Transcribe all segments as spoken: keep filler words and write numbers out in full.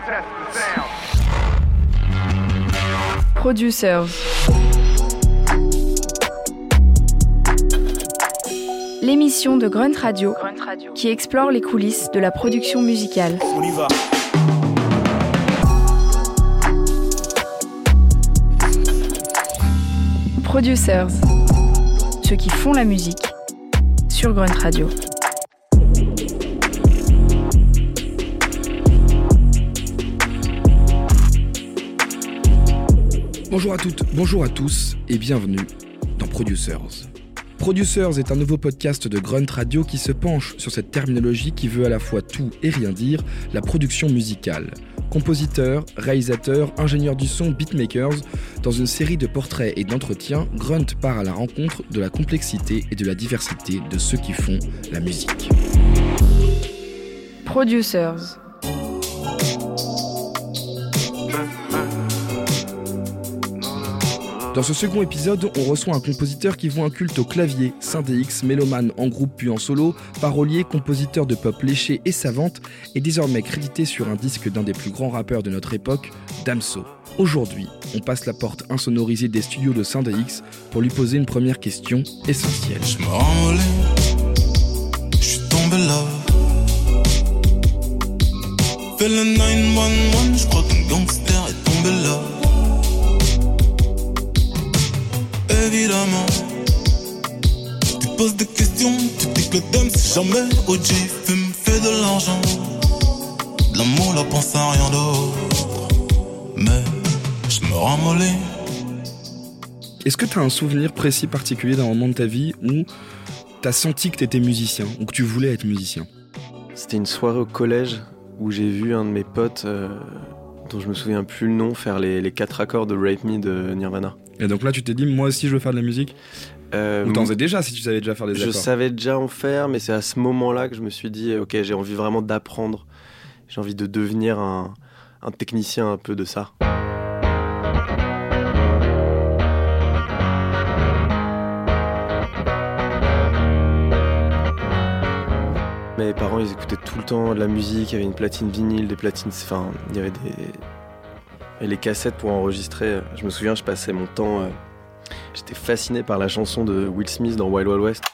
Producers. L'émission de Grunt Radio qui explore les coulisses de la production musicale. On y va. Producers, ceux qui font la musique sur Grunt Radio. Bonjour à toutes, bonjour à tous et bienvenue dans Producers. Producers est un nouveau podcast de Grunt Radio qui se penche sur cette terminologie qui veut à la fois tout et rien dire, la production musicale. Compositeurs, réalisateurs, ingénieurs du son, beatmakers, dans une série de portraits et d'entretiens, Grunt part à la rencontre de la complexité et de la diversité de ceux qui font la musique. Producers. Dans ce second épisode, on reçoit un compositeur qui voue un culte au clavier, Synthé X, mélomane en groupe puis en solo, parolier, compositeur de pop léché et savante, et désormais crédité sur un disque d'un des plus grands rappeurs de notre époque, Damso. Aujourd'hui, on passe la porte insonorisée des studios de Synthé X pour lui poser une première question essentielle. Je me rends je suis tombé là. Fais le neuf un un, je crois qu'un gangster est tombé là. Évidemment, tu poses des questions, tu dis que le thème c'est jamais O G, fume, fait de l'argent, de l'amour, la pense à rien d'autre, mais je me ramollis. Est-ce que tu as un souvenir précis particulier d'un moment de ta vie où tu as senti que tu étais musicien, ou que tu voulais être musicien ? C'était une soirée au collège où j'ai vu un de mes potes, euh, dont je me souviens plus le nom, faire les, les quatre accords de Rape Me de Nirvana. Et donc là, tu t'es dit, moi aussi, je veux faire de la musique ? euh, Ou t'en faisais déjà, si tu savais déjà faire des accords ? Je savais déjà en faire, mais c'est à ce moment-là que je me suis dit, ok, j'ai envie vraiment d'apprendre. J'ai envie de devenir un, un technicien un peu de ça. Mes parents, ils écoutaient tout le temps de la musique, il y avait une platine vinyle, des platines... Enfin, il y avait des... Et les cassettes pour enregistrer, je me souviens, je passais mon temps... Euh, j'étais fasciné par la chanson de Will Smith dans Wild Wild West.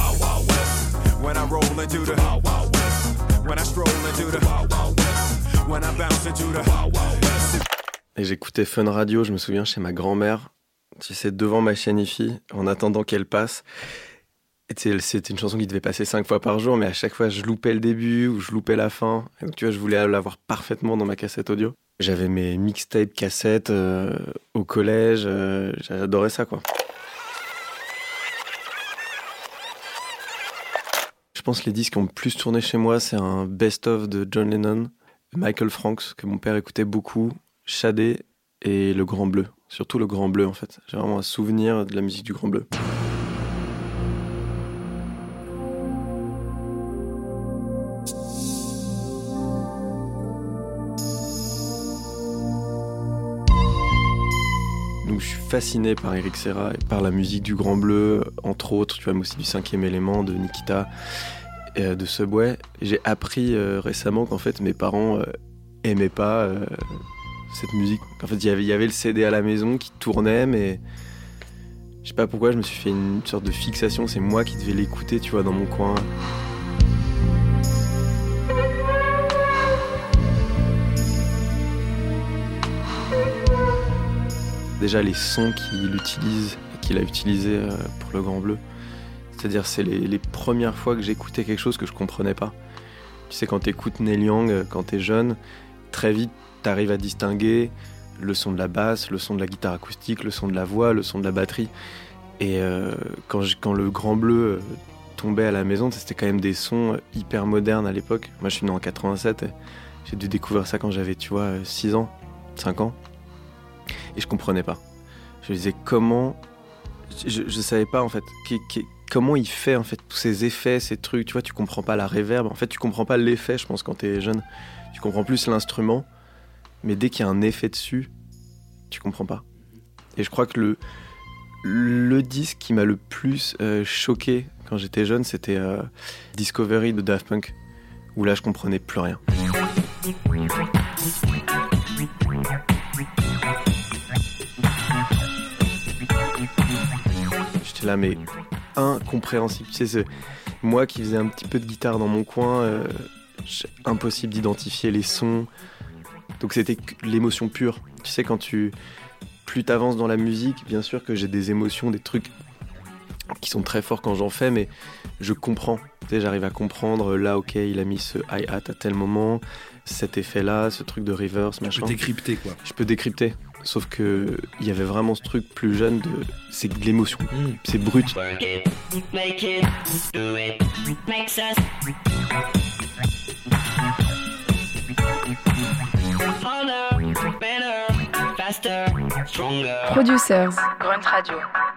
Et j'écoutais Fun Radio, je me souviens, chez ma grand-mère, tu sais, devant ma chaîne hi-fi, en attendant qu'elle passe. Et c'était une chanson qui devait passer cinq fois par jour, mais à chaque fois, je loupais le début ou je loupais la fin. Et donc, tu vois, je voulais l'avoir parfaitement dans ma cassette audio. J'avais mes mixtapes cassettes euh, au collège, euh, j'adorais ça, quoi. Je pense que les disques qui ont le plus tourné chez moi, c'est un best-of de John Lennon, Michael Franks, que mon père écoutait beaucoup, Shadé et Le Grand Bleu. Surtout Le Grand Bleu, en fait. J'ai vraiment un souvenir de la musique du Grand Bleu. Donc je suis fasciné par Eric Serra et par la musique du Grand Bleu, entre autres, tu vois, mais aussi du Cinquième Élément, de Nikita, euh, de Subway. Et j'ai appris euh, récemment qu'en fait mes parents euh, aimaient pas euh, cette musique. En fait, il y avait, il y avait le C D à la maison qui tournait, mais je sais pas pourquoi, je me suis fait une sorte de fixation, c'est moi qui devais l'écouter, tu vois, dans mon coin. Déjà les sons qu'il utilise et qu'il a utilisés pour Le Grand Bleu. C'est-à-dire c'est les, les premières fois que j'écoutais quelque chose que je comprenais pas. Tu sais, quand t'écoutes Neil Young, quand t'es jeune, très vite t'arrives à distinguer le son de la basse, le son de la guitare acoustique, le son de la voix, le son de la batterie. Et euh, quand, je, quand Le Grand Bleu tombait à la maison, c'était quand même des sons hyper modernes à l'époque. Moi je suis né en quatre-vingt-sept, j'ai dû découvrir ça quand j'avais, tu vois, six ans, cinq ans. Et je comprenais pas. Je me disais comment... Je, je savais pas en fait qui, qui, comment il fait en fait tous ces effets, ces trucs. Tu vois, tu comprends pas la reverb. En fait, tu comprends pas l'effet, je pense, quand t'es jeune. Tu comprends plus l'instrument. Mais dès qu'il y a un effet dessus, tu comprends pas. Et je crois que le, le disque qui m'a le plus euh, choqué quand j'étais jeune, c'était euh, Discovery de Daft Punk. Où là, je comprenais plus rien. J'étais là, mais incompréhensible. Tu sais, c'est moi qui faisais un petit peu de guitare dans mon coin, euh, impossible d'identifier les sons. Donc c'était l'émotion pure. Tu sais, quand tu... Plus t'avances dans la musique, bien sûr que j'ai des émotions, des trucs qui sont très forts quand j'en fais, mais je comprends. Tu sais, j'arrive à comprendre, là, ok, il a mis ce hi-hat à tel moment, cet effet-là, ce truc de reverse, machin. Tu peux décrypter, quoi. Je peux décrypter. Sauf que il y avait vraiment ce truc plus jeune de... C'est de l'émotion. Mmh. C'est brut. Producers, Grunt Radio.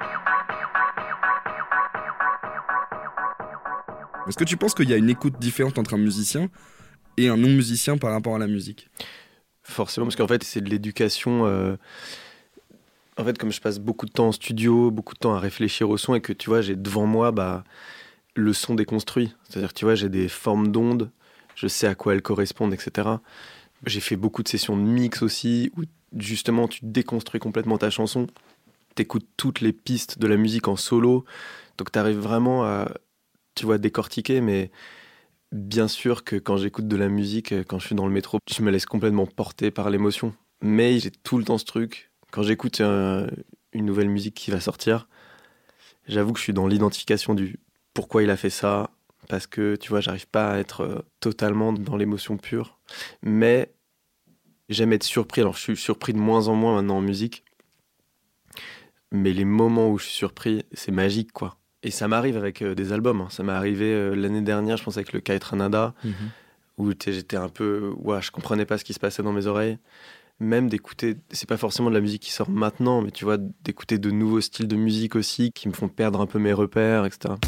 Est-ce que tu penses qu'il y a une écoute différente entre un musicien et un non-musicien par rapport à la musique ? Forcément, parce qu'en fait, c'est de l'éducation. Euh... En fait, comme je passe beaucoup de temps en studio, beaucoup de temps à réfléchir au son, et que tu vois, j'ai devant moi bah, le son déconstruit. C'est-à-dire que tu vois, j'ai des formes d'ondes, je sais à quoi elles correspondent, et cetera. J'ai fait beaucoup de sessions de mix aussi, où justement, tu déconstruis complètement ta chanson. T'écoutes toutes les pistes de la musique en solo, donc t'arrives vraiment à, tu vois, décortiquer, mais... Bien sûr que quand j'écoute de la musique, quand je suis dans le métro, je me laisse complètement porter par l'émotion. Mais j'ai tout le temps ce truc. Quand j'écoute un, une nouvelle musique qui va sortir, j'avoue que je suis dans l'identification du pourquoi il a fait ça, parce que, tu vois, j'arrive pas à être totalement dans l'émotion pure. Mais j'aime être surpris. Alors, je suis surpris de moins en moins maintenant en musique. Mais les moments où je suis surpris, c'est magique, quoi. Et ça m'arrive avec euh, des albums. Hein. Ça m'est arrivé euh, l'année dernière, je pense, avec le Kaitranada, mm-hmm. où j'étais un peu... Ouais, je comprenais pas ce qui se passait dans mes oreilles. Même d'écouter... C'est pas forcément de la musique qui sort maintenant, mais tu vois, d'écouter de nouveaux styles de musique aussi, qui me font perdre un peu mes repères, et cetera.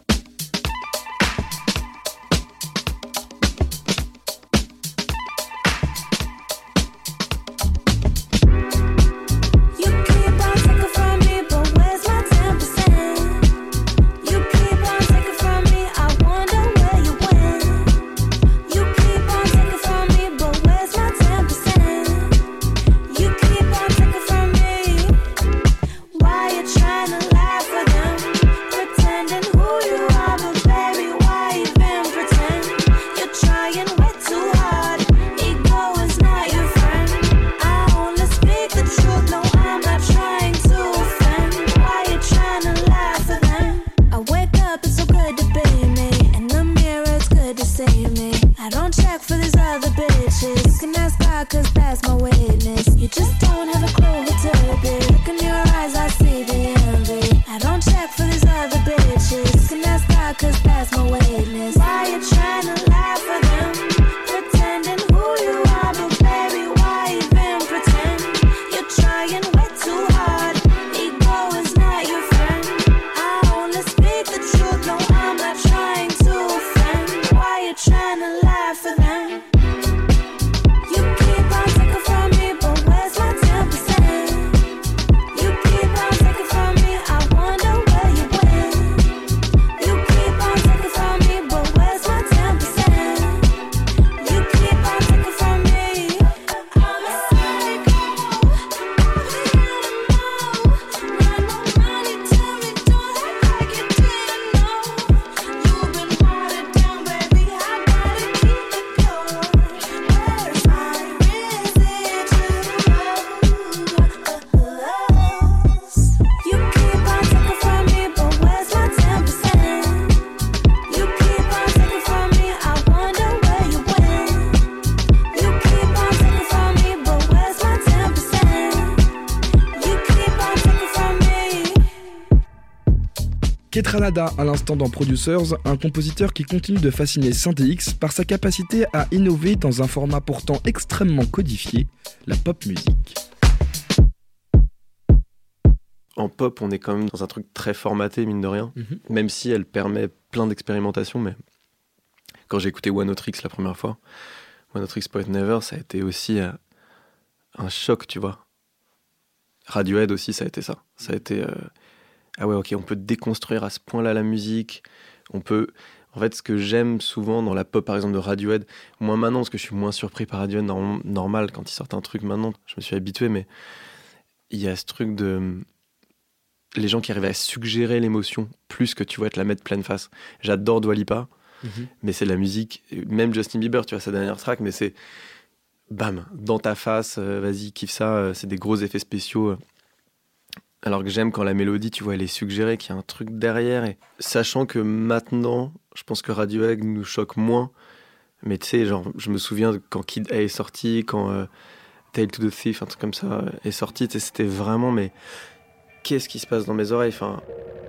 Kaitranada à l'instant dans Producers, un compositeur qui continue de fasciner Synthé-X par sa capacité à innover dans un format pourtant extrêmement codifié, la pop musique. En pop, on est quand même dans un truc très formaté, mine de rien, mm-hmm. même si elle permet plein d'expérimentations. Mais quand j'ai écouté One Otrix la première fois, One Otrix Point Never, ça a été aussi euh, un choc, tu vois. Radiohead aussi, ça a été ça. Ça a été... Euh... Ah ouais, ok, on peut déconstruire à ce point-là la musique. On peut... En fait, ce que j'aime souvent dans la pop, par exemple, de Radiohead, moins maintenant, parce que je suis moins surpris par Radiohead, norm- normal, quand ils sortent un truc maintenant, je me suis habitué, mais il y a ce truc de... les gens qui arrivent à suggérer l'émotion, plus que tu vois, te la mettre pleine face. J'adore Dua Lipa, mm-hmm. mais c'est de la musique, même Justin Bieber, tu vois, sa dernière track, mais c'est... bam, dans ta face, euh, vas-y, kiffe ça, euh, c'est des gros effets spéciaux. Euh. Alors que j'aime quand la mélodie, tu vois, elle est suggérée, qu'il y a un truc derrière. Et sachant que maintenant, je pense que Radiohead nous choque moins. Mais tu sais, genre, je me souviens quand Kid A est sorti, quand euh, Tale to the Thief, un truc comme ça, est sorti, c'était vraiment, mais qu'est-ce qui se passe dans mes oreilles, enfin...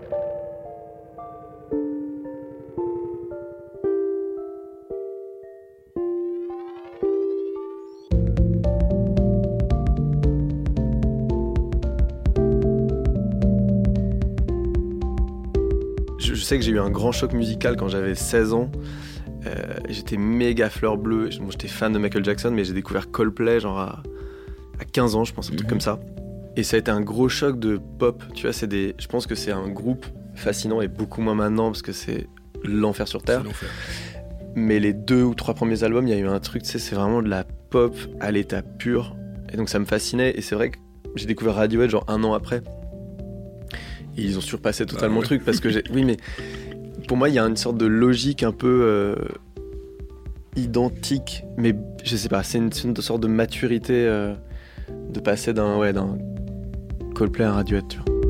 Je sais que j'ai eu un grand choc musical quand j'avais seize ans. Euh, j'étais méga fleur bleue. Moi, j'étais fan de Michael Jackson, mais j'ai découvert Coldplay genre à, à quinze ans, je pense, un truc mmh. comme ça. Et ça a été un gros choc de pop. Tu vois, c'est des. Je pense que c'est un groupe fascinant et beaucoup moins maintenant parce que c'est l'enfer sur terre. L'enfer. Mais les deux ou trois premiers albums, il y a eu un truc. Tu sais, c'est vraiment de la pop à l'état pur. Et donc ça me fascinait. Et c'est vrai que j'ai découvert Radiohead genre un an après. Et ils ont surpassé totalement ah ouais. le truc parce que j'ai... Oui, mais pour moi, il y a une sorte de logique un peu euh, identique. Mais je sais pas, c'est une, c'est une sorte de maturité euh, de passer d'un, ouais, d'un Coldplay à un Radiohead, tu vois.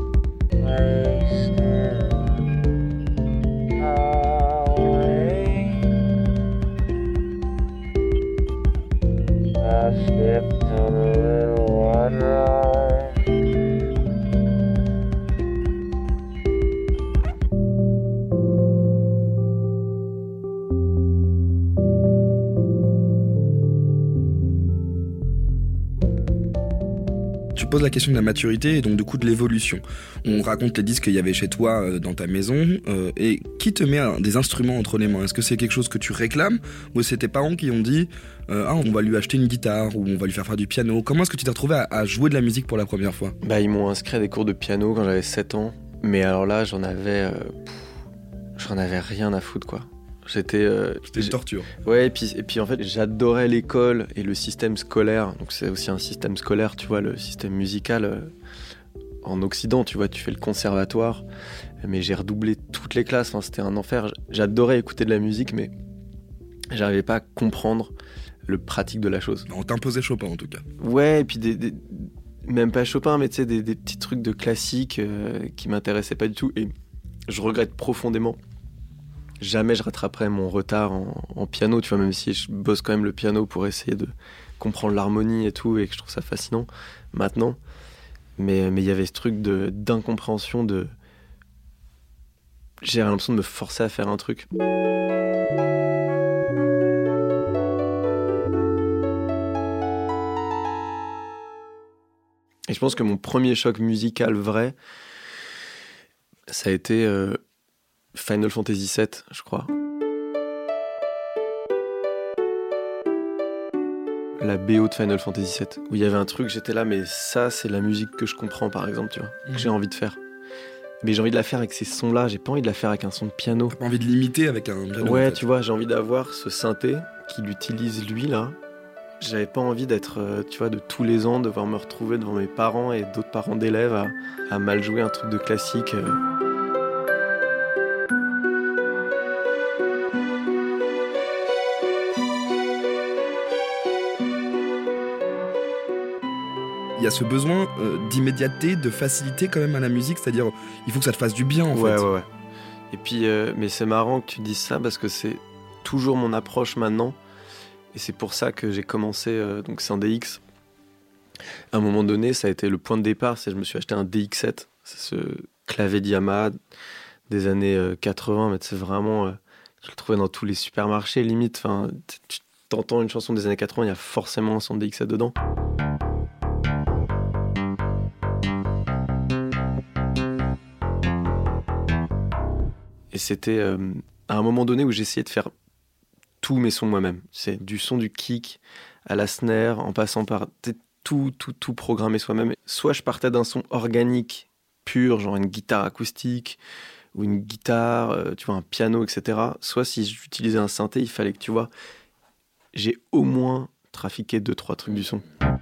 Tu poses la question de la maturité et donc du coup de l'évolution. On raconte les disques qu'il y avait chez toi euh, dans ta maison euh, et qui te met euh, des instruments entre les mains? Est-ce que c'est quelque chose que tu réclames ou c'est tes parents qui ont dit euh, ah, on va lui acheter une guitare ou on va lui faire faire du piano? Comment est-ce que tu t'es retrouvé à, à jouer de la musique pour la première fois? Bah, ils m'ont inscrit à des cours de piano quand j'avais sept ans, mais alors là j'en avais, euh, pff, j'en avais rien à foutre quoi. J'étais, euh, C'était une torture. Ouais, et puis, et puis en fait, j'adorais l'école et le système scolaire. Donc c'est aussi un système scolaire, tu vois, le système musical euh, en Occident, tu vois, tu fais le conservatoire. Mais j'ai redoublé toutes les classes, enfin, c'était un enfer. J'adorais écouter de la musique, mais j'arrivais pas à comprendre le pratique de la chose. On t'imposait Chopin en tout cas. Ouais, et puis des, des, même pas Chopin, mais tu sais, des, des petits trucs de classique euh, qui m'intéressaient pas du tout. Et je regrette profondément. Jamais je rattraperai mon retard en, en piano, tu vois, même si je bosse quand même le piano pour essayer de comprendre l'harmonie et tout, et que je trouve ça fascinant maintenant. Mais mais il y avait ce truc de, d'incompréhension, de... J'ai l'impression de me forcer à faire un truc. Et je pense que mon premier choc musical vrai, ça a été... Euh, Final Fantasy sept, je crois. La B O de Final Fantasy sept, où il y avait un truc, j'étais là, mais ça, c'est la musique que je comprends, par exemple, tu vois, mmh. que j'ai envie de faire. Mais j'ai envie de la faire avec ces sons-là, j'ai pas envie de la faire avec un son de piano. T'as pas envie de l'imiter avec un piano? Ouais, en fait. Tu vois, j'ai envie d'avoir ce synthé qu'il utilise lui, là. J'avais pas envie d'être, euh, tu vois, de tous les ans, devoir me retrouver devant mes parents et d'autres parents d'élèves à, à mal jouer un truc de classique. Euh. Il y a ce besoin euh, d'immédiateté, de facilité quand même à la musique, c'est-à-dire il faut que ça te fasse du bien en ouais, fait. Ouais, ouais. Et puis, euh, mais c'est marrant que tu dises ça parce que c'est toujours mon approche maintenant. Et c'est pour ça que j'ai commencé, euh, donc c'est un D X. À un moment donné, ça a été le point de départ, c'est que je me suis acheté un D X sept. C'est ce clavier Yamaha des années euh, quatre-vingts, mais c'est vraiment... Euh, je le trouvais dans tous les supermarchés, limite. Enfin, tu t'entends une chanson des années quatre-vingts, il y a forcément un son D X sept dedans. Et c'était euh, à un moment donné où j'essayais de faire tous mes sons moi-même. C'est du son du kick à la snare, en passant par tout, tout, tout programmer soi-même. Soit je partais d'un son organique, pur, genre une guitare acoustique, ou une guitare, euh, tu vois, un piano, et cetera. Soit si j'utilisais un synthé, il fallait que, tu vois, j'ai au moins trafiqué deux, trois trucs du son.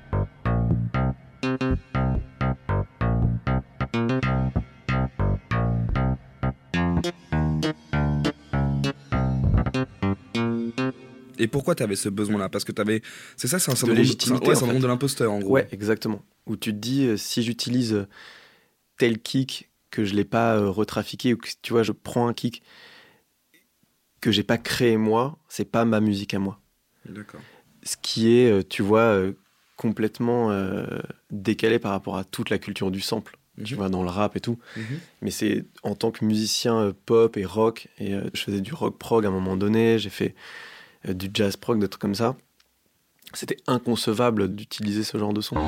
Et pourquoi t'avais ce besoin-là ? Parce que t'avais... C'est ça, c'est un syndrome de de, légitimité, ouais, en syndrome fait. de l'imposteur, en gros. Ouais, exactement. Où tu te dis, euh, si j'utilise euh, tel kick que je l'ai pas euh, retrafiqué, ou que, tu vois, je prends un kick que j'ai pas créé moi, c'est pas ma musique à moi. D'accord. Ce qui est, euh, tu vois, euh, complètement euh, décalé par rapport à toute la culture du sample. Mm-hmm. Tu vois, dans le rap et tout. Mm-hmm. Mais c'est en tant que musicien euh, pop et rock, et euh, je faisais du rock prog à un moment donné, j'ai fait euh, du jazz prog, des trucs comme ça. C'était inconcevable d'utiliser ce genre de son.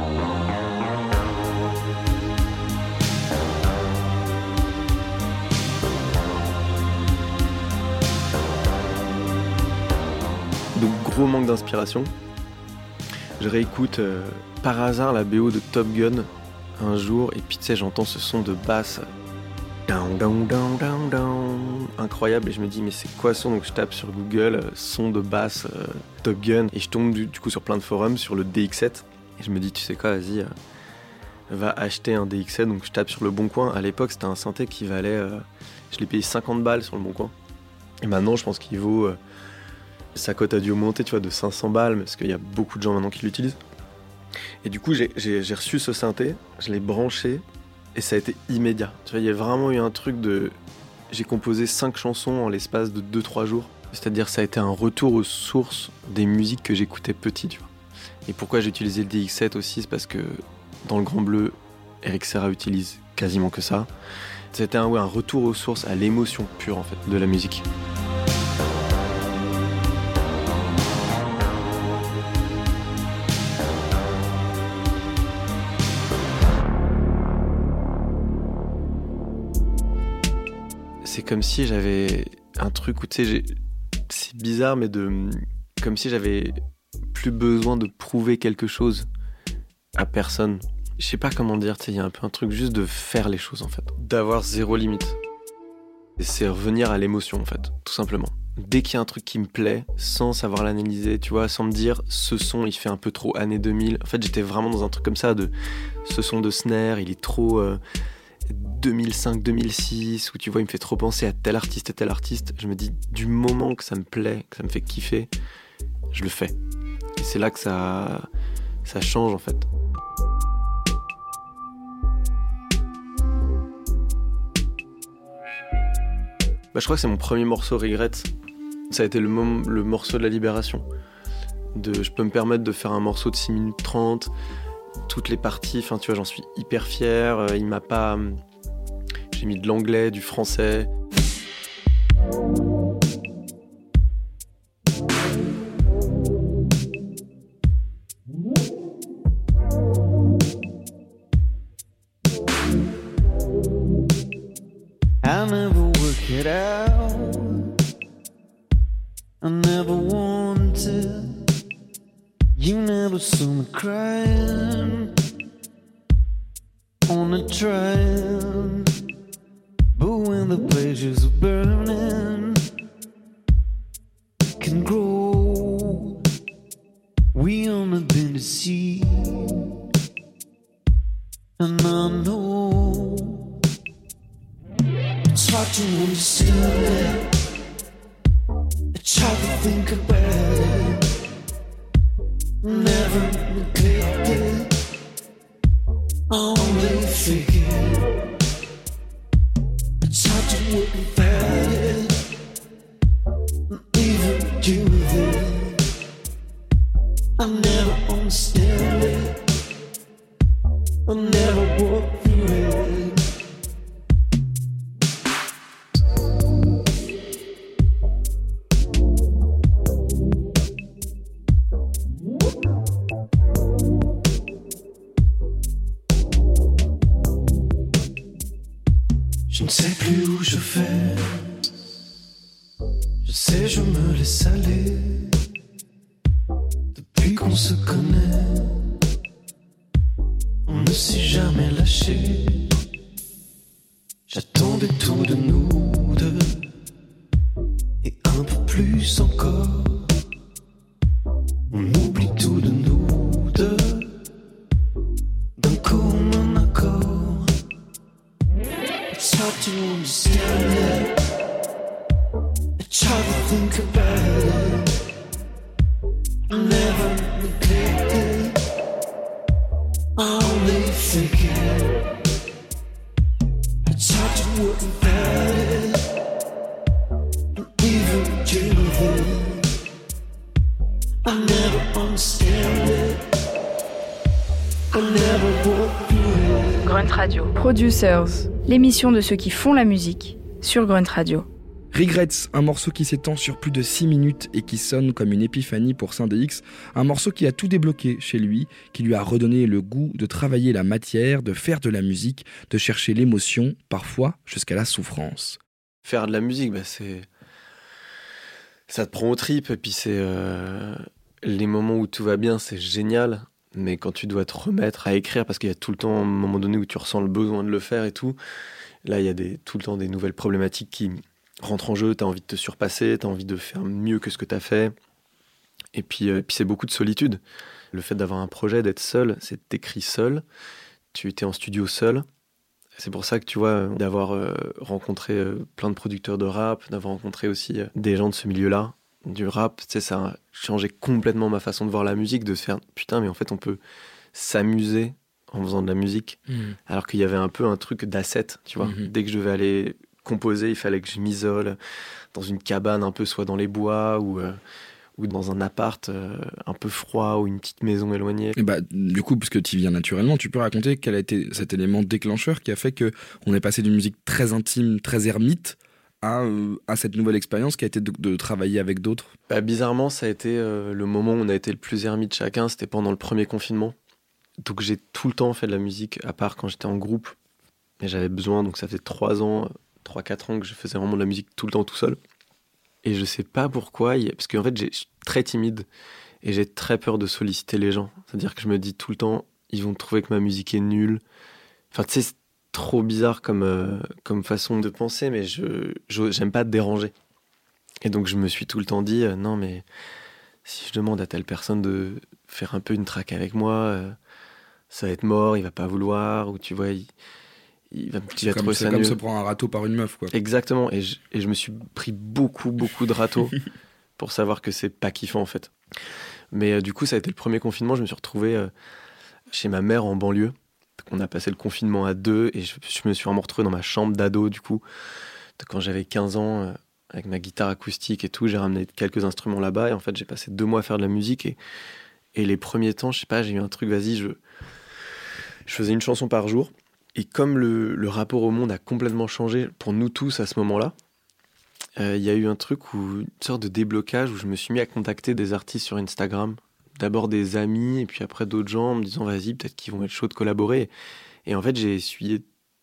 Donc gros manque d'inspiration. Je réécoute euh, par hasard la B O de Top Gun un jour, et puis tu sais, j'entends ce son de basse down, down, down, down, down, incroyable, et je me dis mais c'est quoi ce son? Donc je tape sur Google euh, son de basse euh, Top Gun, et je tombe du, du coup sur plein de forums sur le D X sept, et je me dis tu sais quoi, vas-y, euh, va acheter un D X sept. Donc je tape sur le Bon Coin. À l'époque c'était un synthé qui valait, euh, je l'ai payé cinquante balles sur le Bon Coin, et maintenant je pense qu'il vaut, euh, sa cote a dû augmenter, tu vois, de cinq cents balles, parce qu'il y a beaucoup de gens maintenant qui l'utilisent. Et du coup, j'ai, j'ai, j'ai reçu ce synthé, je l'ai branché, et ça a été immédiat. Tu vois, il y a vraiment eu un truc de... J'ai composé cinq chansons en l'espace de deux trois jours. C'est-à-dire, ça a été un retour aux sources des musiques que j'écoutais petit, tu vois. Et pourquoi j'ai utilisé le D X sept aussi, c'est parce que dans le Grand Bleu, Eric Serra utilise quasiment que ça. C'était un, ouais, un retour aux sources, à l'émotion pure, en fait, de la musique. C'est comme si j'avais un truc où, tu sais, j'ai... c'est bizarre, mais de... comme si j'avais plus besoin de prouver quelque chose à personne. Je sais pas comment dire, tu sais, il y a un peu un truc juste de faire les choses, en fait. D'avoir zéro limite. Et c'est revenir à l'émotion, en fait, tout simplement. Dès qu'il y a un truc qui me plaît, sans savoir l'analyser, tu vois, sans me dire, ce son, il fait un peu trop années deux mille. En fait, j'étais vraiment dans un truc comme ça, de ce son de snare, il est trop... Euh... deux mille cinq deux mille six, où tu vois, il me fait trop penser à tel artiste et tel artiste. Je me dis, du moment que ça me plaît, que ça me fait kiffer, je le fais. Et c'est là que ça, ça change, en fait. Bah, je crois que c'est mon premier morceau Regret. Ça a été le, mom- le morceau de la libération. De, je peux me permettre de faire un morceau de six minutes trente, toutes les parties, enfin tu vois, j'en suis hyper fier. Euh, il m'a pas... J'ai mis de l'anglais, du français. I'll never work it out. I never wanted. You never saw me crying on a train. But when the pleasures of burning can grow, we only been to see. And I know it's hard to understand it. It's hard to think about it. Never neglected, only figured. It's hard to work without it, even you with it. I never understand it, I never walk through it. Je ne sais plus où je vais. Je sais, je me laisse aller. Depuis qu'on se connaît, on ne s'est jamais lâché. J'attendais tout de nous. On oublie tout de nous deux, d'un commun accord. It's hard to understand it, I try to think about it, I never neglect it, I only forget. It's hard to work without it, and even dream of it. I never understand it, I never walk through it. Grunt Radio. Producers, l'émission de ceux qui font la musique sur Grunt Radio. Regrets, un morceau qui s'étend sur plus de six minutes et qui sonne comme une épiphanie pour Saint-D X, un morceau qui a tout débloqué chez lui, qui lui a redonné le goût de travailler la matière, de faire de la musique, de chercher l'émotion, parfois jusqu'à la souffrance. Faire de la musique, bah c'est... ça te prend aux tripes, et puis c'est... Euh... les moments où tout va bien, c'est génial, mais quand tu dois te remettre à écrire, parce qu'il y a tout le temps un moment donné où tu ressens le besoin de le faire et tout, là il y a des... tout le temps des nouvelles problématiques qui rentrent en jeu, t'as envie de te surpasser, t'as envie de faire mieux que ce que t'as fait, et puis, euh, puis c'est beaucoup de solitude. Le fait d'avoir un projet, d'être seul, c'est t'écris seul, tu étais en studio seul. C'est pour ça que tu vois, d'avoir euh, rencontré euh, plein de producteurs de rap, d'avoir rencontré aussi euh, des gens de ce milieu-là, du rap, tu sais, ça a changé complètement ma façon de voir la musique, de se faire putain, mais en fait, on peut s'amuser en faisant de la musique, mmh. alors qu'il y avait un peu un truc d'asset, tu vois. Mmh. Dès que je devais aller composer, il fallait que je m'isole dans une cabane un peu, soit dans les bois ou, euh, ou dans un appart euh, un peu froid ou une petite maison éloignée. Et bah, du coup, puisque tu y viens naturellement, tu peux raconter quel a été cet élément déclencheur qui a fait qu'on est passé d'une musique très intime, très ermite, À, euh, à cette nouvelle expérience qui a été de, de travailler avec d'autres? Bah, bizarrement, ça a été euh, le moment où on a été le plus ermite chacun, c'était pendant le premier confinement. Donc j'ai tout le temps fait de la musique, à part quand j'étais en groupe. Et j'avais besoin, donc ça faisait trois ans, trois quatre ans que je faisais vraiment de la musique tout le temps tout seul. Et je sais pas pourquoi, parce qu'en fait, je suis très timide et j'ai très peur de solliciter les gens. C'est-à-dire que je me dis tout le temps, ils vont trouver que ma musique est nulle. Enfin, tu sais, c'est trop bizarre comme, euh, comme façon de penser, mais je, je j'aime pas te déranger. Et donc je me suis tout le temps dit, euh, non mais si je demande à telle personne de faire un peu une track avec moi, euh, ça va être mort, il va pas vouloir, ou tu vois, il, il va, il va comme, trouver c'est ça comme nul. se prendre un râteau par une meuf, quoi. Exactement, et je, et je me suis pris beaucoup, beaucoup de râteaux pour savoir que c'est pas kiffant en fait. Mais euh, du coup, ça a été le premier confinement, je me suis retrouvé euh, chez ma mère en banlieue. On a passé le confinement à deux et je, je me suis vraiment retrouvé dans ma chambre d'ado du coup. Quand j'avais quinze ans, euh, avec ma guitare acoustique et tout, j'ai ramené quelques instruments là-bas et en fait j'ai passé deux mois à faire de la musique et, et les premiers temps, je sais pas, j'ai eu un truc, vas-y, je, je faisais une chanson par jour et comme le, le rapport au monde a complètement changé pour nous tous à ce moment-là, il euh, y a eu un truc où, une sorte de déblocage où je me suis mis à contacter des artistes sur Instagram. D'abord des amis, et puis après d'autres gens, en me disant, vas-y, peut-être qu'ils vont être chauds de collaborer. Et en fait, j'ai essuyé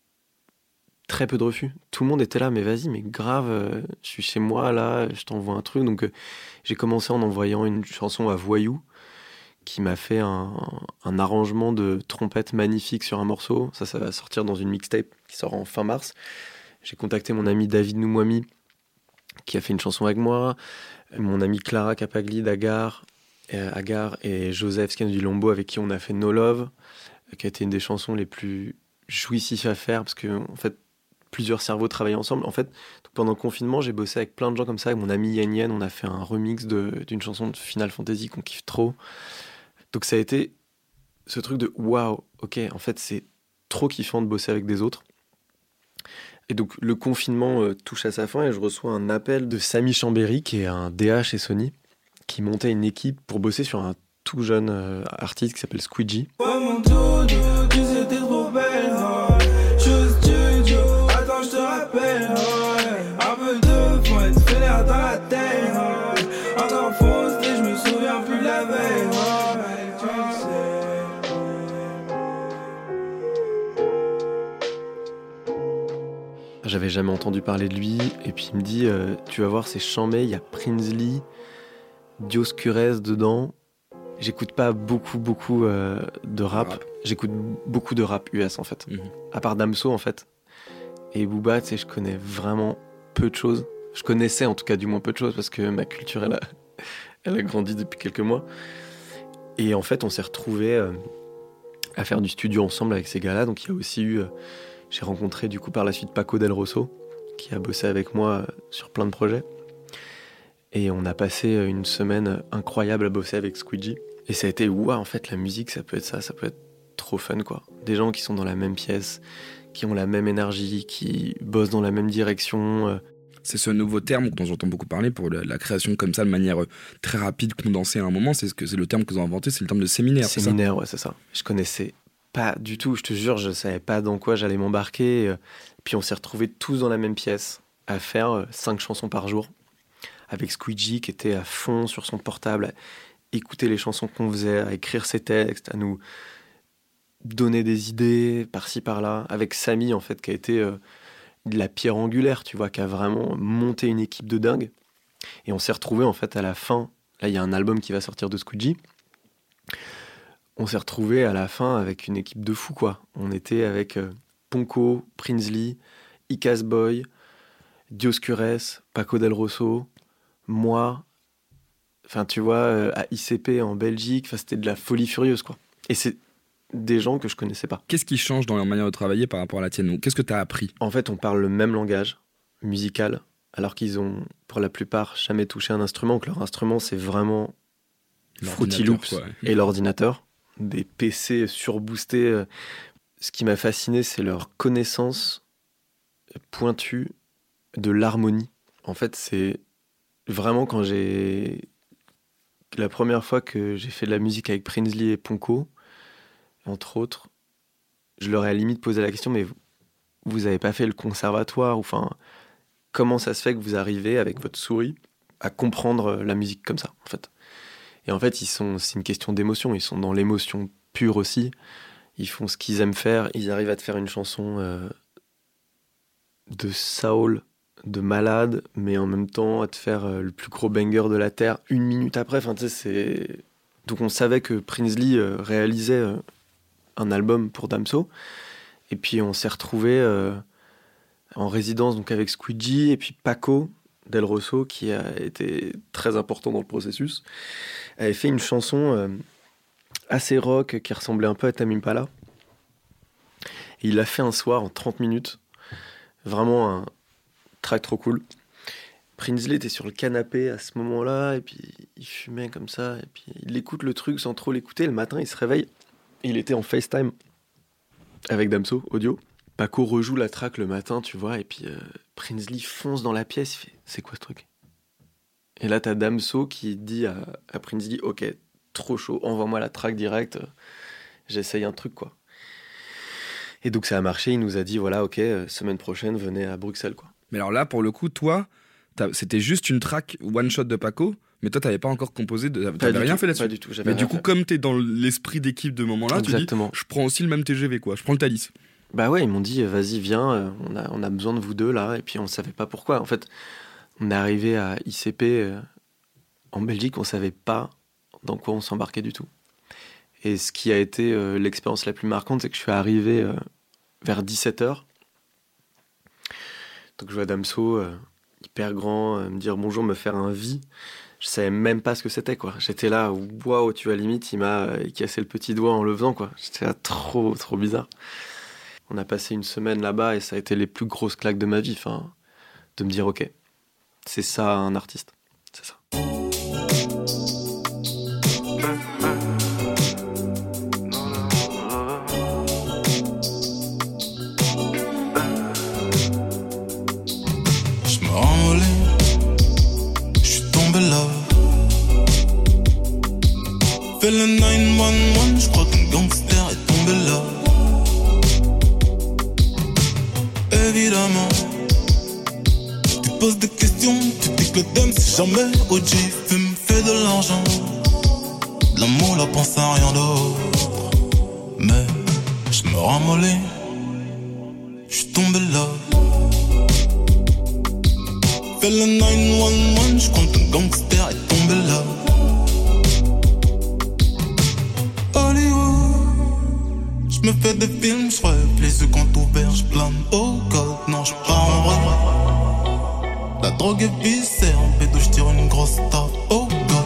très peu de refus. Tout le monde était là, mais vas-y, mais grave, euh, je suis chez moi, là, je t'envoie un truc. Donc, euh, j'ai commencé en envoyant une chanson à Voyou, qui m'a fait un, un arrangement de trompette magnifique sur un morceau. Ça, ça va sortir dans une mixtape qui sort en fin mars. J'ai contacté mon ami David Noumouami, qui a fait une chanson avec moi, mon ami Clara Capagli d'Agar, Agar et Joseph Scan du Lombo avec qui on a fait No Love, qui a été une des chansons les plus jouissives à faire parce que en fait plusieurs cerveaux travaillaient ensemble. En fait, pendant le confinement, j'ai bossé avec plein de gens comme ça, avec mon ami Yen Yen, on a fait un remix de, d'une chanson de Final Fantasy qu'on kiffe trop. Donc ça a été ce truc de waouh, ok, en fait c'est trop kiffant de bosser avec des autres. Et donc le confinement euh, touche à sa fin et je reçois un appel de Samy Chambéry qui est un D H chez Sony, qui montait une équipe pour bosser sur un tout jeune euh, artiste qui s'appelle Squeegee. Oh mon doudou, tu sais t'es trop belle, oh. Je suis au studio, attends je te rappelle, oh. Un peu de fond, elle te fait l'air dans la tête, oh. Encore fausse, je me souviens plus de la veille, oh. Tu sais. J'avais jamais entendu parler de lui, et puis il me dit, euh, tu vas voir c'est chambé, il y a Prinsley, Dioscurez dedans. J'écoute pas beaucoup beaucoup euh, de rap. rap. J'écoute beaucoup de rap U S en fait. Mm-hmm. À part Damso en fait. Et Booba, tu sais, je connais vraiment peu de choses. Je connaissais en tout cas du moins peu de choses parce que ma culture elle a, elle a grandi depuis quelques mois. Et en fait, on s'est retrouvés euh, à faire du studio ensemble avec ces gars-là. Donc il y a aussi eu... Euh, j'ai rencontré du coup par la suite Paco Del Rosso, qui a bossé avec moi euh, sur plein de projets. Et on a passé une semaine incroyable à bosser avec Squeegee. Et ça a été, ouah, en fait, la musique, ça peut être ça, ça peut être trop fun, quoi. Des gens qui sont dans la même pièce, qui ont la même énergie, qui bossent dans la même direction. C'est ce nouveau terme dont j'entends beaucoup parler pour la, la création comme ça, de manière très rapide, condensée à un moment. C'est, ce que, c'est le terme qu'ils ont inventé, c'est le terme de séminaire. Séminaire, c'est ça ouais, c'est ça. Je connaissais pas du tout, je te jure, je savais pas dans quoi j'allais m'embarquer. Puis on s'est retrouvés tous dans la même pièce, à faire cinq chansons par jour, avec Squeegee qui était à fond sur son portable, à écouter les chansons qu'on faisait, à écrire ses textes, à nous donner des idées par-ci par-là, avec Samy en fait qui a été euh, la pierre angulaire, tu vois, qui a vraiment monté une équipe de dingue. Et on s'est retrouvés en fait à la fin, là il y a un album qui va sortir de Squeegee, on s'est retrouvés à la fin avec une équipe de fous, quoi. On était avec euh, Ponko, Prinsley, Icaz Boy, Dioscures, Paco Del Rosso, moi, enfin tu vois, euh, à I C P en Belgique, enfin c'était de la folie furieuse, quoi. Et c'est des gens que je connaissais pas. Qu'est-ce qui change dans leur manière de travailler par rapport à la tienne ? Qu'est-ce que tu as appris ? En fait, on parle le même langage musical, alors qu'ils ont, pour la plupart, jamais touché un instrument, que leur instrument, c'est vraiment Fruity Loops quoi, ouais. Et l'ordinateur, des P C surboostés. Ce qui m'a fasciné, c'est leur connaissance pointue de l'harmonie. En fait, c'est vraiment quand j'ai... La première fois que j'ai fait de la musique avec Prinsley et Ponko, entre autres, je leur ai à la limite posé la question, mais vous, vous avez pas fait le conservatoire, enfin, comment ça se fait que vous arrivez avec votre souris à comprendre la musique comme ça, en fait. Et en fait, ils sont, c'est une question d'émotion, ils sont dans l'émotion pure aussi, ils font ce qu'ils aiment faire, ils arrivent à te faire une chanson euh, de soul, de malade, mais en même temps à te faire euh, le plus gros banger de la Terre une minute après, enfin tu sais, c'est... Donc on savait que Prinsley euh, réalisait euh, un album pour Damso, et puis on s'est retrouvés euh, en résidence donc avec Squeegee, et puis Paco Del Rosso, qui a été très important dans le processus, avait fait une chanson euh, assez rock, qui ressemblait un peu à Tame Impala, et il l'a fait un soir en trente minutes, vraiment un track trop cool. Prinsley était sur le canapé à ce moment-là, et puis il fumait comme ça, et puis il écoute le truc sans trop l'écouter. Le matin, il se réveille, il était en FaceTime avec Damso, audio. Paco rejoue la track le matin, tu vois, et puis euh, Prinsley fonce dans la pièce, il fait « C'est quoi ce truc ?» Et là, t'as Damso qui dit à, à Prinsley « Ok, trop chaud, envoie-moi la track direct, euh, j'essaye un truc, quoi. » Et donc ça a marché, il nous a dit « Voilà, ok, euh, semaine prochaine, venez à Bruxelles, quoi. » Mais alors là, pour le coup, toi... C'était juste une track one shot de Paco, mais toi t'avais pas encore composé, de... t'avais rien tout, fait là-dessus. Pas du tout. J'avais mais du coup, fait. Comme t'es dans l'esprit d'équipe de moment-là, exactement. Tu dis, je prends aussi le même T G V, quoi. Je prends le Thalys. Bah ouais, ils m'ont dit, vas-y, viens, on a, on a besoin de vous deux là, et puis on savait pas pourquoi. En fait, on est arrivé à I C P euh, en Belgique, on savait pas dans quoi on s'embarquait du tout. Et ce qui a été euh, l'expérience la plus marquante, c'est que je suis arrivé euh, vers dix-sept heures. Donc je vois Damso. Euh, hyper grand, euh, me dire bonjour, me faire un V. Je savais même pas ce que c'était, quoi. J'étais là, waouh, tu vois, limite, il m'a euh, cassé le petit doigt en le faisant, quoi. J'étais là, trop, trop bizarre. On a passé une semaine là-bas et ça a été les plus grosses claques de ma vie, enfin, de me dire, ok, c'est ça un artiste, c'est ça. Fais le neuf un un, j'crois qu'un gangster est tombé là. Évidemment, tu poses des questions, tu dis que le dème c'est jamais O G. Fume, fais de l'argent, de l'amour, la pense à rien d'autre. Mais j'me ramollis, j'suis tombé là. Fais le neuf un un, j'crois qu'un gangster est tombé là. Je me fais des films, je rêve, les yeux quand ouverts, je plane. Oh God, non, je pars en rêve. La drogue est viscère, en pédo, je tire une grosse tape. Oh God.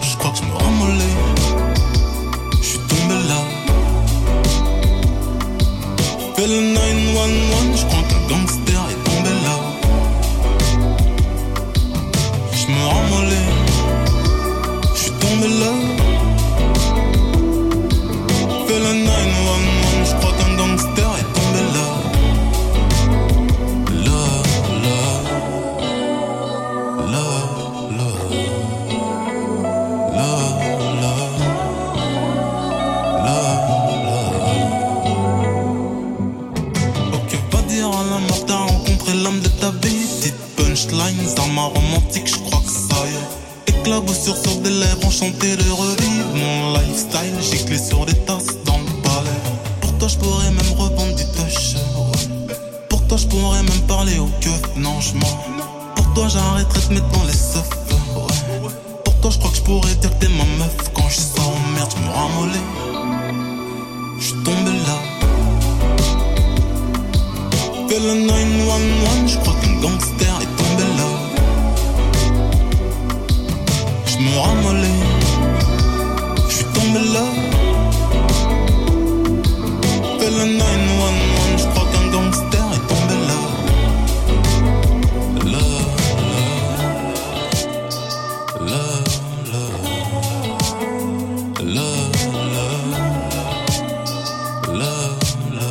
lèvres enchantées de revivre mon lifestyle. Giclé sur des tasses dans le palais. Pour toi je pourrais même rebondir de cheveux. Pour toi je pourrais même parler au keuf. Non je mens. Pour toi j'arrêterai de mettre dans les seufs. Ouais. Pour toi je crois que je pourrais dire que t'es ma meuf. Quand je sors en merde je me ramollis. Je suis tombé là. Fais le neuf un un, je crois qu'un gangster est tombé là. Je me ramollis. Je suis tombé là. Fais le neuf un un, je crois qu'un gangster est tombé là. Là, là, là, là, là, là, là, là.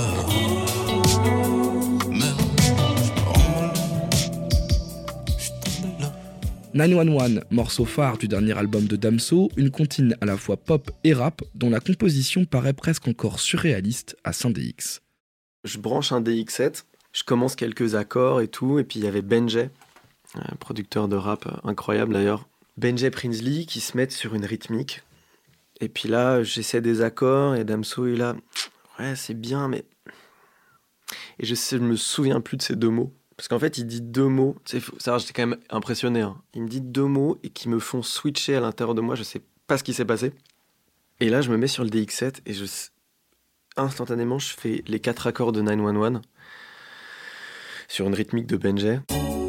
Merde, je me ramollis. Je suis tombé là. neuf un un, morceau phare du dernier album de Damso, une comptine à la fois pop et rap dont la composition paraît presque encore surréaliste à Sindé X. Je branche un D X sept, je commence quelques accords et tout, et puis il y avait Benjay, un producteur de rap incroyable d'ailleurs, Benjay Prinsley qui se mettent sur une rythmique. Et puis là, j'essaie des accords et Damso est là, ouais c'est bien mais... Et je ne me souviens plus de ces deux mots. Parce qu'en fait, il dit deux mots, c'est fou, ça, j'étais quand même impressionné. Hein. Il me dit deux mots et qui me font switcher à l'intérieur de moi, je sais pas ce qui s'est passé. Et là, je me mets sur le D X sept et je, instantanément, je fais les quatre accords de neuf un un sur une rythmique de Benjay.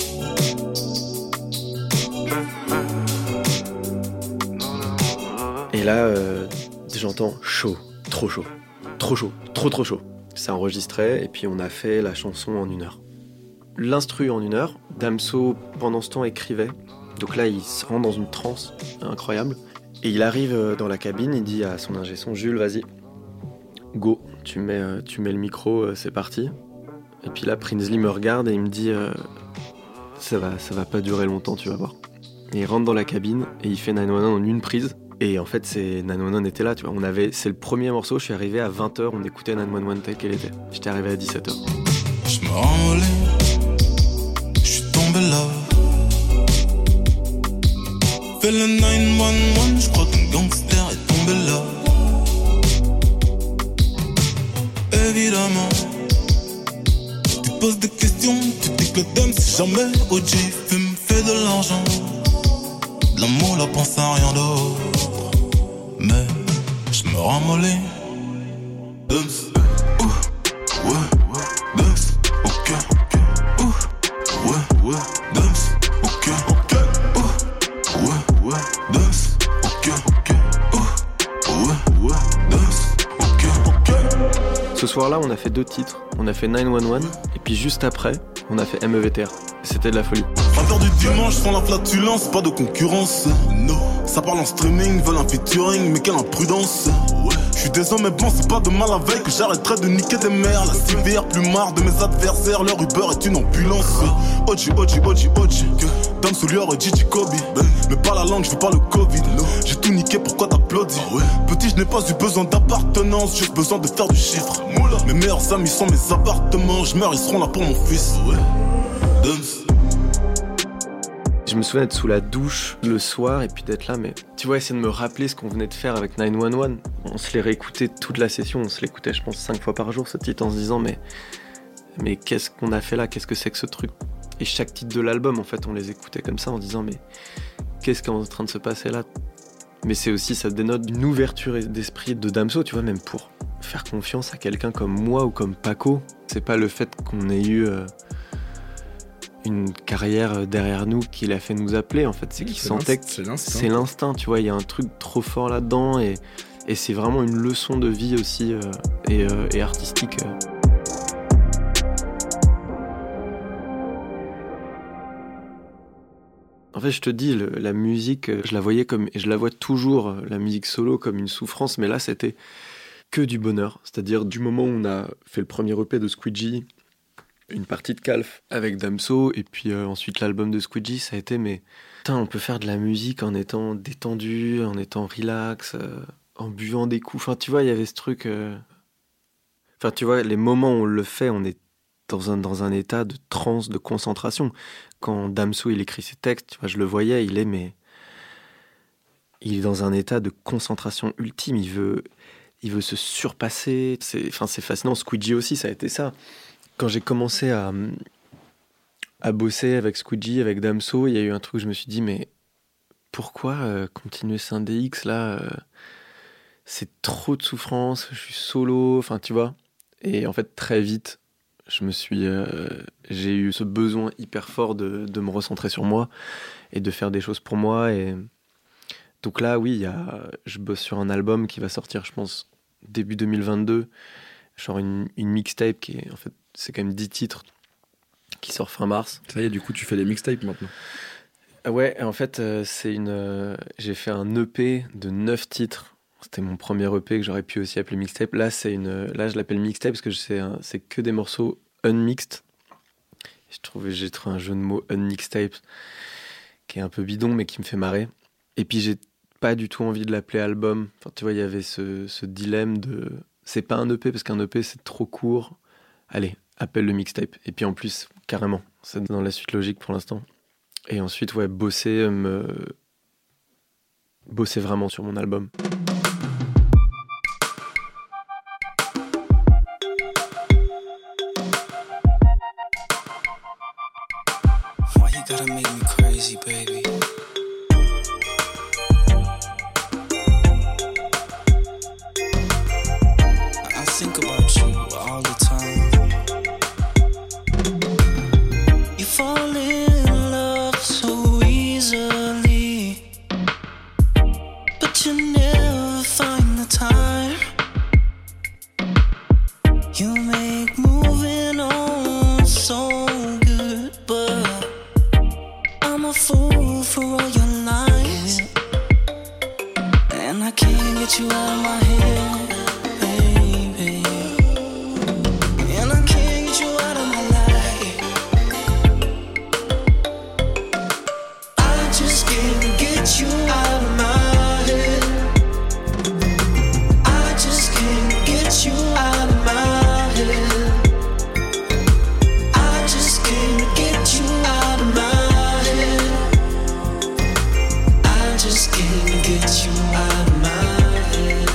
Et là, euh, j'entends chaud, trop chaud, trop chaud, trop trop chaud. C'est enregistré et puis on a fait la chanson en une heure. L'instru en une heure, Damso pendant ce temps écrivait, donc là il se rend dans une transe incroyable, et il arrive dans la cabine, il dit à son ingé son, Jules vas-y, go, tu mets, tu mets le micro, c'est parti. Et puis là Prinsley me regarde et il me dit euh, ça va, ça va pas durer longtemps, tu vas voir. Et il rentre dans la cabine et il fait neuf un un en une prise, et en fait c'est neuf un un était là, tu vois, on avait, c'est le premier morceau, je suis arrivé à vingt heures, on écoutait neuf un un tel qu'elle était, j'étais arrivé à dix-sept heures. Je me ramollis. Là. Fais le neuf un un, je crois qu'un gangster est tombé là. Évidemment, tu poses des questions, tu dis que le dame c'est jamais O G. Fume, fait de l'argent, de l'amour, la pense à rien d'autre. Mais je me ramollis. Dums, ouh, ouais, dums, ok. Ouais, ouais, danse, ok, ok, oh, ouais, ouais, danse, ok, ok, oh, ouais, ouais, danse, ok, ok. Ce soir-là, on a fait deux titres. On a fait neuf un un, et puis juste après, on a fait M E V T R. C'était de la folie. vingt heures du dimanche, sans la flatulence, pas de concurrence. No, ça parle en streaming, veulent un featuring, mais quelle imprudence. Ouais. Je suis désolé, mais bon, c'est pas de mal la veille que j'arrêterai de niquer des mères. La civière, plus marre de mes adversaires, leur Uber est une ambulance. O G, O G, O G, O G. Dame sous lui aurait Gigi Kobe. Mais pas la langue, je veux pas le Covid. J'ai tout niqué, pourquoi t'applaudis? Petit, je n'ai pas eu besoin d'appartenance, juste besoin de faire du chiffre. Mes meilleurs amis sont mes appartements, je meurs, ils seront là pour mon fils. Dams. Je me souviens d'être sous la douche le soir et puis d'être là, mais tu vois, essayer de me rappeler ce qu'on venait de faire avec neuf un un. On se l'est réécouté toute la session, on se l'écoutait je pense cinq fois par jour ce titre en se disant mais, mais qu'est-ce qu'on a fait là, qu'est-ce que c'est que ce truc? Et chaque titre de l'album en fait on les écoutait comme ça en disant mais qu'est-ce qui est en train de se passer là? Mais c'est aussi, ça dénote une ouverture d'esprit de Damso, tu vois, même pour faire confiance à quelqu'un comme moi ou comme Paco. C'est pas le fait qu'on ait eu... Euh, une carrière derrière nous qui l'a fait nous appeler en fait, c'est qu'il c'est sentait que c'est l'instinct. c'est l'instinct, tu vois, il y a un truc trop fort là-dedans et, et c'est vraiment une leçon de vie aussi euh, et, euh, et artistique. Euh. En fait, je te dis, le, la musique, je la voyais comme, et je la vois toujours, la musique solo comme une souffrance, mais là c'était que du bonheur, c'est-à-dire du moment où on a fait le premier E P de Squeegee, une partie de Calf avec Damso, et puis euh, ensuite l'album de Squeegee, ça a été, mais putain, on peut faire de la musique en étant détendu, en étant relax, euh, en buvant des coups. Enfin, tu vois, il y avait ce truc... Euh... Enfin, tu vois, les moments où on le fait, on est dans un, dans un état de transe, de concentration. Quand Damso, il écrit ses textes, tu vois, je le voyais, il est, mais... il est dans un état de concentration ultime. Il veut, il veut se surpasser. C'est, enfin, c'est fascinant. Squeegee aussi, ça a été ça. Quand j'ai commencé à, à bosser avec Squeegee, avec Damso, il y a eu un truc où je me suis dit, mais pourquoi euh, continuer Synthé X là euh, c'est trop de souffrance, je suis solo, enfin tu vois. Et en fait, très vite, je me suis, euh, j'ai eu ce besoin hyper fort de, de me recentrer sur moi et de faire des choses pour moi. Et donc là, oui, y a, je bosse sur un album qui va sortir, je pense, début deux mille vingt-deux. Genre une, une mixtape qui est, en fait, c'est quand même dix titres qui sort fin mars. Ça y est, du coup, tu fais des mixtapes maintenant. Ouais, en fait, euh, c'est une, euh, j'ai fait un E P de neuf titres. C'était mon premier E P que j'aurais pu aussi appeler mixtape. Là, c'est une, là je l'appelle mixtape parce que c'est, un, c'est que des morceaux unmixed. Je trouvais, j'ai trouvé un jeu de mots unmixtape qui est un peu bidon mais qui me fait marrer. Et puis j'ai pas du tout envie de l'appeler album. Enfin, tu vois, il y avait ce, ce dilemme de, c'est pas un E P parce qu'un E P c'est trop court. Allez, appelle le mixtape. Et puis en plus, carrément, c'est dans la suite logique pour l'instant. Et ensuite, ouais, bosser, me... bosser vraiment sur mon album. Why you gotta make me crazy, baby? I think about you all the time. You fall in love so easily, but you never find the time. You make moving on so good, but I'm a fool for all your lies, and I can't get you out of my head, baby. And I can't get you out of my life. I just can't get you out of my head. I just can't get you out of my head. I just can't get you out of my head. I just can't get you out of my head.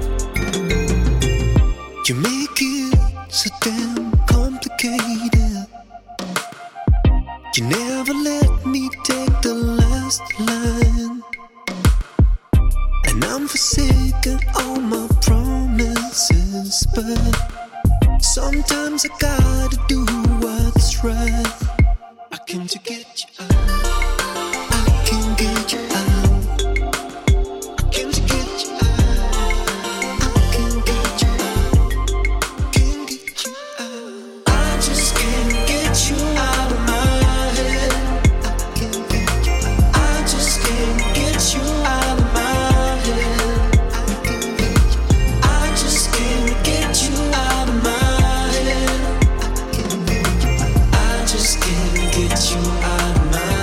You make it so damn complicated. You never let me take the last line, and I'm forsaken all my promises, but sometimes I gotta do what's right. I can't get you out. I can't get you out. I can't get you out. I can't get you out. Can't get you out. I just can't get you out of my head. I can't get you out. I just can't get you out of my head. I can't get you out. I just can't get you out of my head. I can't get you out. I just can't get you out of my head.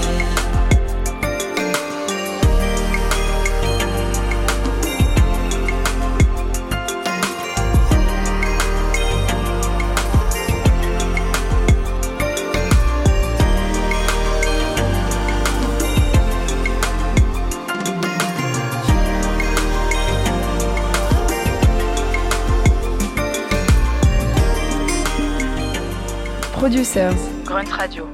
Producers, Grunt Radio.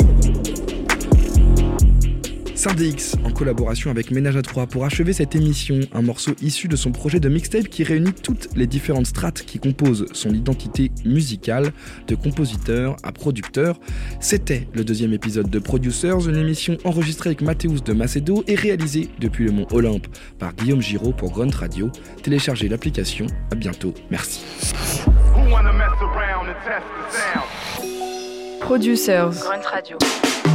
Synthé X, en collaboration avec Ménage à Trois, pour achever cette émission, un morceau issu de son projet de mixtape qui réunit toutes les différentes strates qui composent son identité musicale, de compositeur à producteur. C'était le deuxième épisode de Producers, une émission enregistrée avec Mathéus de Macedo et réalisée depuis le Mont Olympe par Guillaume Giraud pour Grunt Radio. Téléchargez l'application, à bientôt, merci. Producers, Grunt Radio.